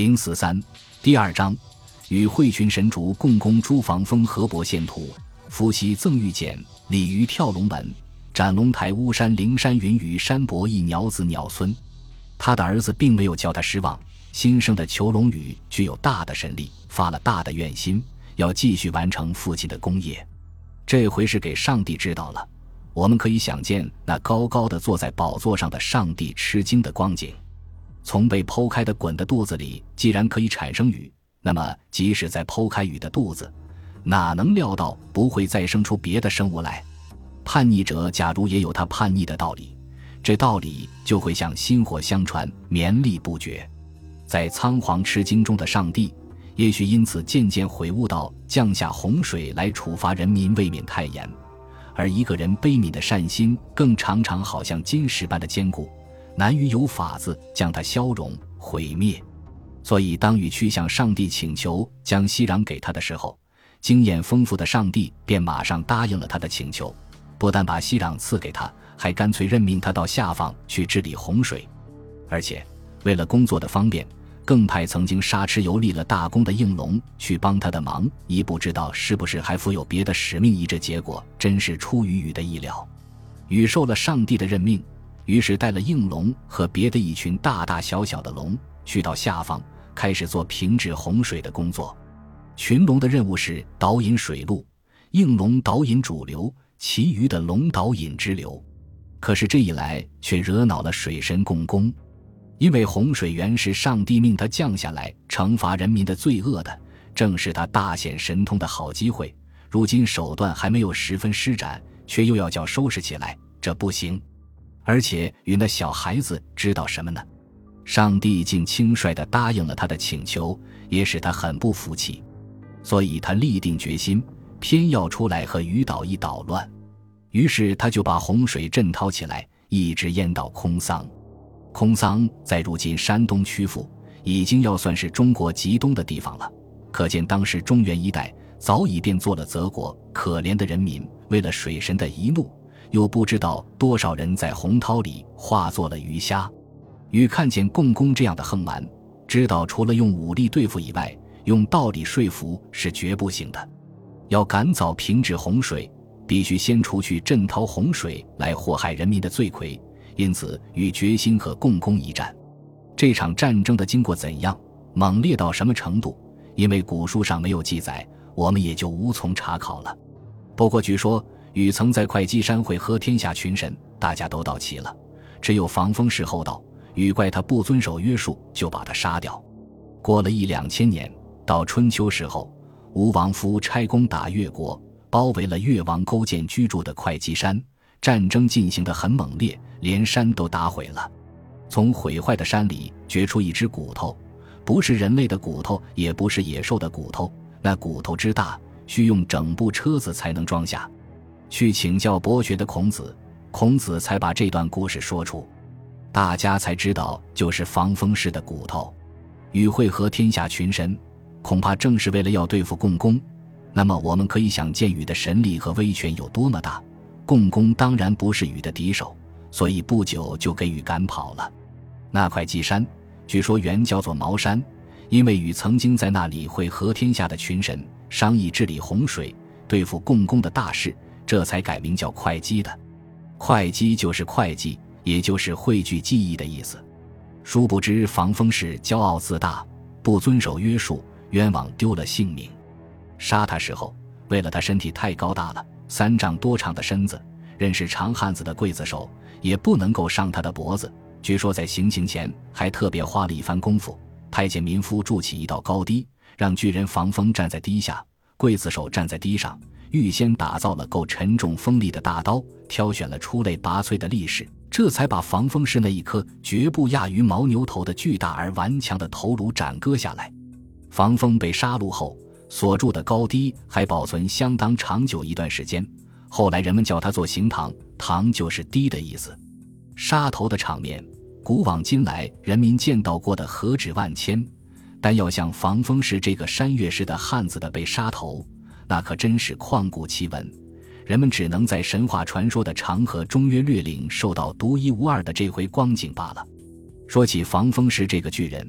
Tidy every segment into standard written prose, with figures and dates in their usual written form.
043第2章，与会群神主共攻诸防风河伯献图，伏羲赠玉简，鲤鱼跳龙门，斩龙台巫山灵山云雨山伯一鸟子鸟孙。他的儿子并没有叫他失望，新生的虬龙羽具有大的神力，发了大的愿心，要继续完成父亲的功业。这回是给上帝知道了，我们可以想见那高高的坐在宝座上的上帝吃惊的光景。从被剖开的鲧的肚子里既然可以产生羽，那么即使在剖开羽的肚子，哪能料到不会再生出别的生物来？叛逆者假如也有他叛逆的道理，这道理就会像薪火相传，绵力不绝。在仓皇吃惊中的上帝也许因此渐渐悔悟到降下洪水来处罚人民未免太严，而一个人悲悯的善心更常常好像金石般的坚固，难于有法子将它消融毁灭。所以当禹去向上帝请求将息壤给他的时候，经验丰富的上帝便马上答应了他的请求，不但把息壤赐给他，还干脆任命他到下方去治理洪水。而且为了工作的方便，更派曾经沙池游立了大功的应龙去帮他的忙，一不知道是不是还负有别的使命，这结果真是出于禹的意料。禹受了上帝的任命，于是带了应龙和别的一群大大小小的龙去到下方，开始做平治洪水的工作。群龙的任务是导引水路，应龙导引主流，其余的龙导引支流。可是这一来却惹恼了水神共工，因为洪水原是上帝命他降下来惩罚人民的罪恶的，正是他大显神通的好机会，如今手段还没有十分施展，却又要叫收拾起来，这不行。而且与那小孩子知道什么呢？上帝竟轻率地答应了他的请求，也使他很不服气，所以他立定决心，偏要出来和禹捣一捣乱。于是他就把洪水震涛起来，一直淹到空桑。空桑在如今山东曲阜，已经要算是中国极东的地方了，可见当时中原一带早已变作了泽国。可怜的人民为了水神的一怒，又不知道多少人在洪涛里化作了鱼虾。禹看见共工这样的横蛮，知道除了用武力对付以外，用道理说服是绝不行的。要赶早平治洪水，必须先除去震涛洪水来祸害人民的罪魁，因此禹决心和共工一战。这场战争的经过怎样，猛烈到什么程度，因为古书上没有记载，我们也就无从查考了。不过据说禹曾在会稽山会合天下群神，大家都到齐了，只有防风氏后到，禹怪他不遵守约束，就把他杀掉。过了1-2千年，到春秋时候，吴王夫差攻打越国，包围了越王勾践居住的会稽山，战争进行得很猛烈，连山都打毁了。从毁坏的山里掘出一只骨头，不是人类的骨头，也不是野兽的骨头，那骨头之大，需用整部车子才能装下。去请教博学的孔子，孔子才把这段故事说出，大家才知道就是防风氏的骨头。禹会合天下群神，恐怕正是为了要对付共工。那么我们可以想见禹的神力和威权有多么大，共工当然不是禹的敌手，所以不久就给禹赶跑了。那块稷山据说原叫做茅山，因为禹曾经在那里会合天下的群神，商议治理洪水，对付共工的大事，这才改名叫会稽的。会稽就是会稽，也就是汇聚记忆的意思。殊不知防风氏骄傲自大，不遵守约束，冤枉丢了性命。杀他时候，为了他身体太高大了，3丈多长的身子，认识长汉子的刽子手也不能够上他的脖子。据说在行刑前还特别花了一番功夫，派遣民夫筑起一道高堤，让巨人防风站在堤下，刽子手站在堤上，预先打造了够沉重锋利的大刀，挑选了出类拔萃的力士，这才把防风氏那一颗绝不亚于牦牛头的巨大而顽强的头颅斩割下来。防风被杀戮后，所筑的高堤还保存相当长久一段时间，后来人们叫它做行堂，堂就是堤的意思。杀头的场面，古往今来人民见到过的何止万千，但要像防风氏这个山岳式的汉子的被杀头，那可真是旷古奇闻，人们只能在神话传说的长河中约略岭受到独一无二的这回光景罢了。说起防风氏这个巨人，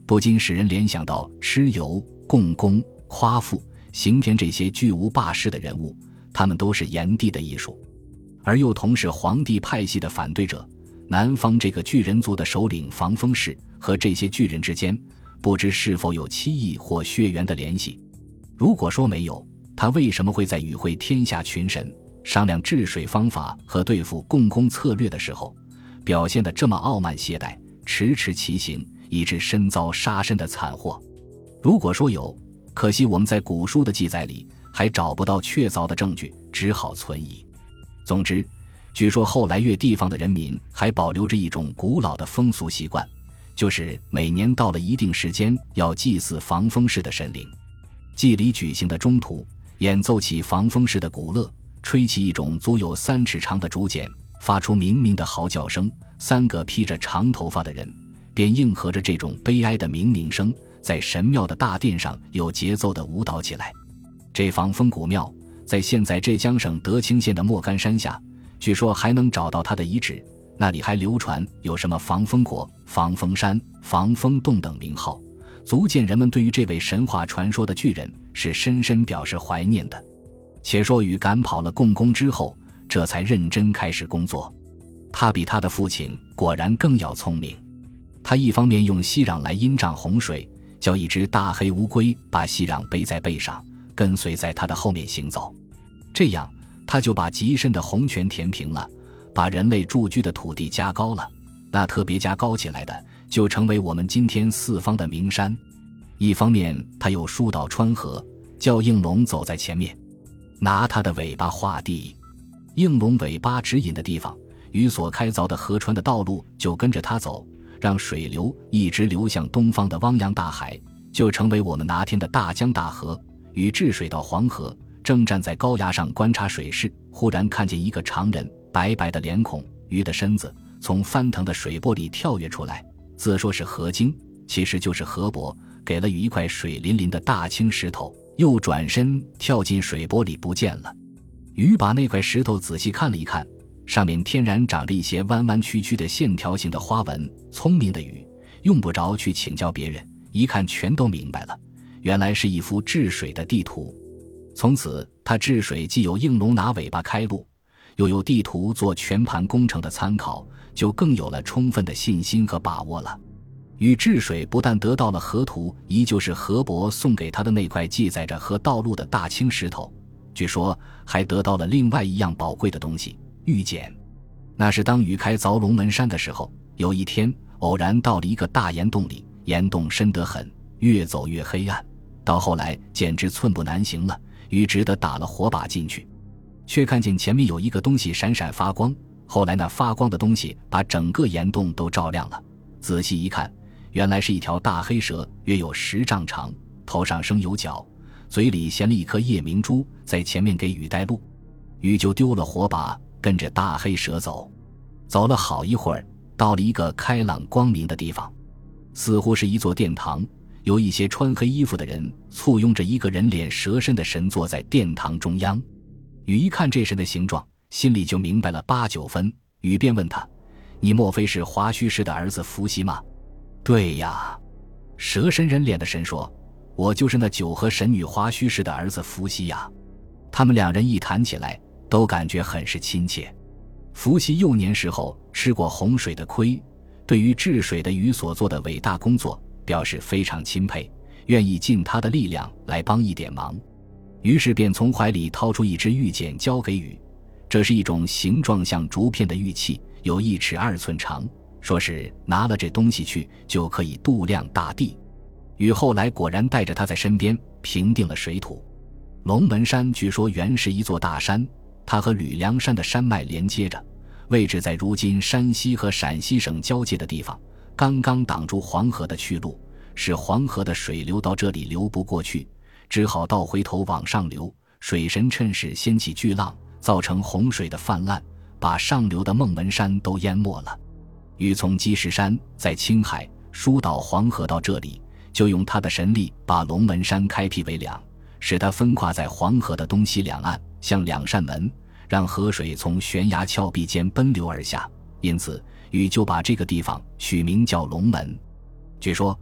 不禁使人联想到蚩尤、共工、夸父、刑天这些巨无霸式的人物，他们都是炎帝的艺术，而又同是黄帝派系的反对者。南方这个巨人族的首领防风氏和这些巨人之间，不知是否有期义或血缘的联系。如果说没有，他为什么会在与会天下群神商量治水方法和对付共工策略的时候，表现得这么傲慢懈怠，迟迟其行，以致身遭杀身的惨祸？如果说有，可惜我们在古书的记载里还找不到确凿的证据，只好存疑。总之，据说后来越地方的人民还保留着一种古老的风俗习惯，就是每年到了一定时间要祭祀防风氏的神灵。祭礼举行的中途，演奏起防风氏的鼓乐，吹起一种足有3尺长的竹简，发出鸣鸣的嚎叫声，3个披着长头发的人便应和着这种悲哀的鸣鸣声，在神庙的大殿上有节奏地舞蹈起来。这防风古庙在现在浙江省德清县的莫干山下，据说还能找到它的遗址，那里还流传有什么防风国、防风山、防风洞等名号，足见人们对于这位神话传说的巨人是深深表示怀念的。且说禹赶跑了共工之后，这才认真开始工作。他比他的父亲果然更要聪明，他一方面用息壤来阴障洪水，叫一只大黑乌龟把息壤背在背上，跟随在他的后面行走，这样他就把极深的洪泉填平了，把人类住居的土地加高了，那特别加高起来的就成为我们今天四方的名山。一方面他又疏导川河，叫应龙走在前面，拿他的尾巴画地，应龙尾巴指引的地方，禹所开凿的河川的道路就跟着他走，让水流一直流向东方的汪洋大海，就成为我们拿天的大江大河。禹治水到黄河，正站在高崖上观察水势，忽然看见一个常人，白白的脸孔，禹的身子从翻腾的水波里跳跃出来，自说是河精，其实就是河伯，给了禹一块水淋淋的大青石头，又转身跳进水波里不见了。禹把那块石头仔细看了一看，上面天然长着一些弯弯曲曲的线条形的花纹。聪明的禹用不着去请教别人，一看全都明白了，原来是一幅治水的地图。从此他治水既有应龙拿尾巴开路，又有地图做全盘工程的参考，就更有了充分的信心和把握了。禹治水不但得到了河图，依旧是河伯送给他的那块记载着河道路的大青石头，据说还得到了另外一样宝贵的东西，玉简。那是当禹开凿龙门山的时候，有一天偶然到了一个大岩洞里，岩洞深得很，越走越黑暗，到后来简直寸步难行了，禹只得打了火把进去，却看见前面有一个东西闪闪发光，后来那发光的东西把整个岩洞都照亮了，仔细一看，原来是一条大黑蛇，约有10丈长，头上生有角，嘴里衔了一颗夜明珠，在前面给禹带路。禹就丢了火把，跟着大黑蛇走，走了好一会儿，到了一个开朗光明的地方，似乎是一座殿堂，有一些穿黑衣服的人簇拥着一个人脸蛇身的神坐在殿堂中央。禹一看这神的形状，心里就明白了8、9分，禹便问他：你莫非是华胥氏的儿子伏羲吗？对呀，蛇身人脸的神说，我就是那9河神女华胥氏的儿子伏羲呀。他们2人一谈起来，都感觉很是亲切。伏羲幼年时候吃过洪水的亏，对于治水的禹所做的伟大工作表示非常钦佩，愿意尽他的力量来帮一点忙。于是便从怀里掏出一支玉简交给禹，这是一种形状像竹片的玉器，有1尺2寸长，说是拿了这东西去就可以度量大地。禹后来果然带着他在身边平定了水土。龙门山据说原是一座大山，它和吕梁山的山脉连接着，位置在如今山西和陕西省交界的地方，刚刚挡住黄河的去路，使黄河的水流到这里流不过去，只好倒回头往上流。水神趁势掀起巨浪，造成洪水的泛滥，把上流的孟门山都淹没了。禹从积石山在青海疏导黄河到这里，就用他的神力把龙门山开辟为2，使它分跨在黄河的东西两岸，像2扇门，让河水从悬崖峭壁间奔流而下。因此禹就把这个地方取名叫龙门。据说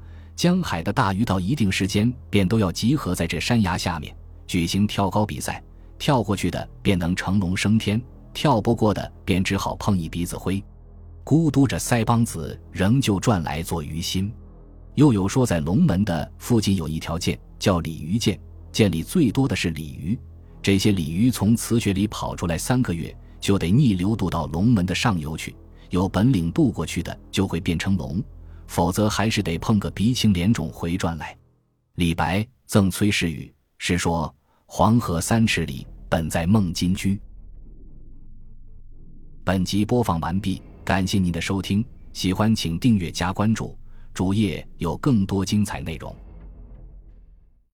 江海的大鱼到一定时间便都要集合在这山崖下面举行跳高比赛，跳过去的便能乘龙升天，跳不过的便只好碰一鼻子灰。咕嘟着腮帮子仍旧转来做鱼心。又有说在龙门的附近有一条涧叫鲤鱼涧，涧里最多的是鲤鱼，这些鲤鱼从雌穴里跑出来3个月就得逆流渡到龙门的上游去，有本领渡过去的就会变成龙，否则还是得碰个鼻青脸肿回转来。李白赠崔氏语是说，黄河3尺里，本在孟津居。本集播放完毕，感谢您的收听，喜欢请订阅加关注，主页有更多精彩内容。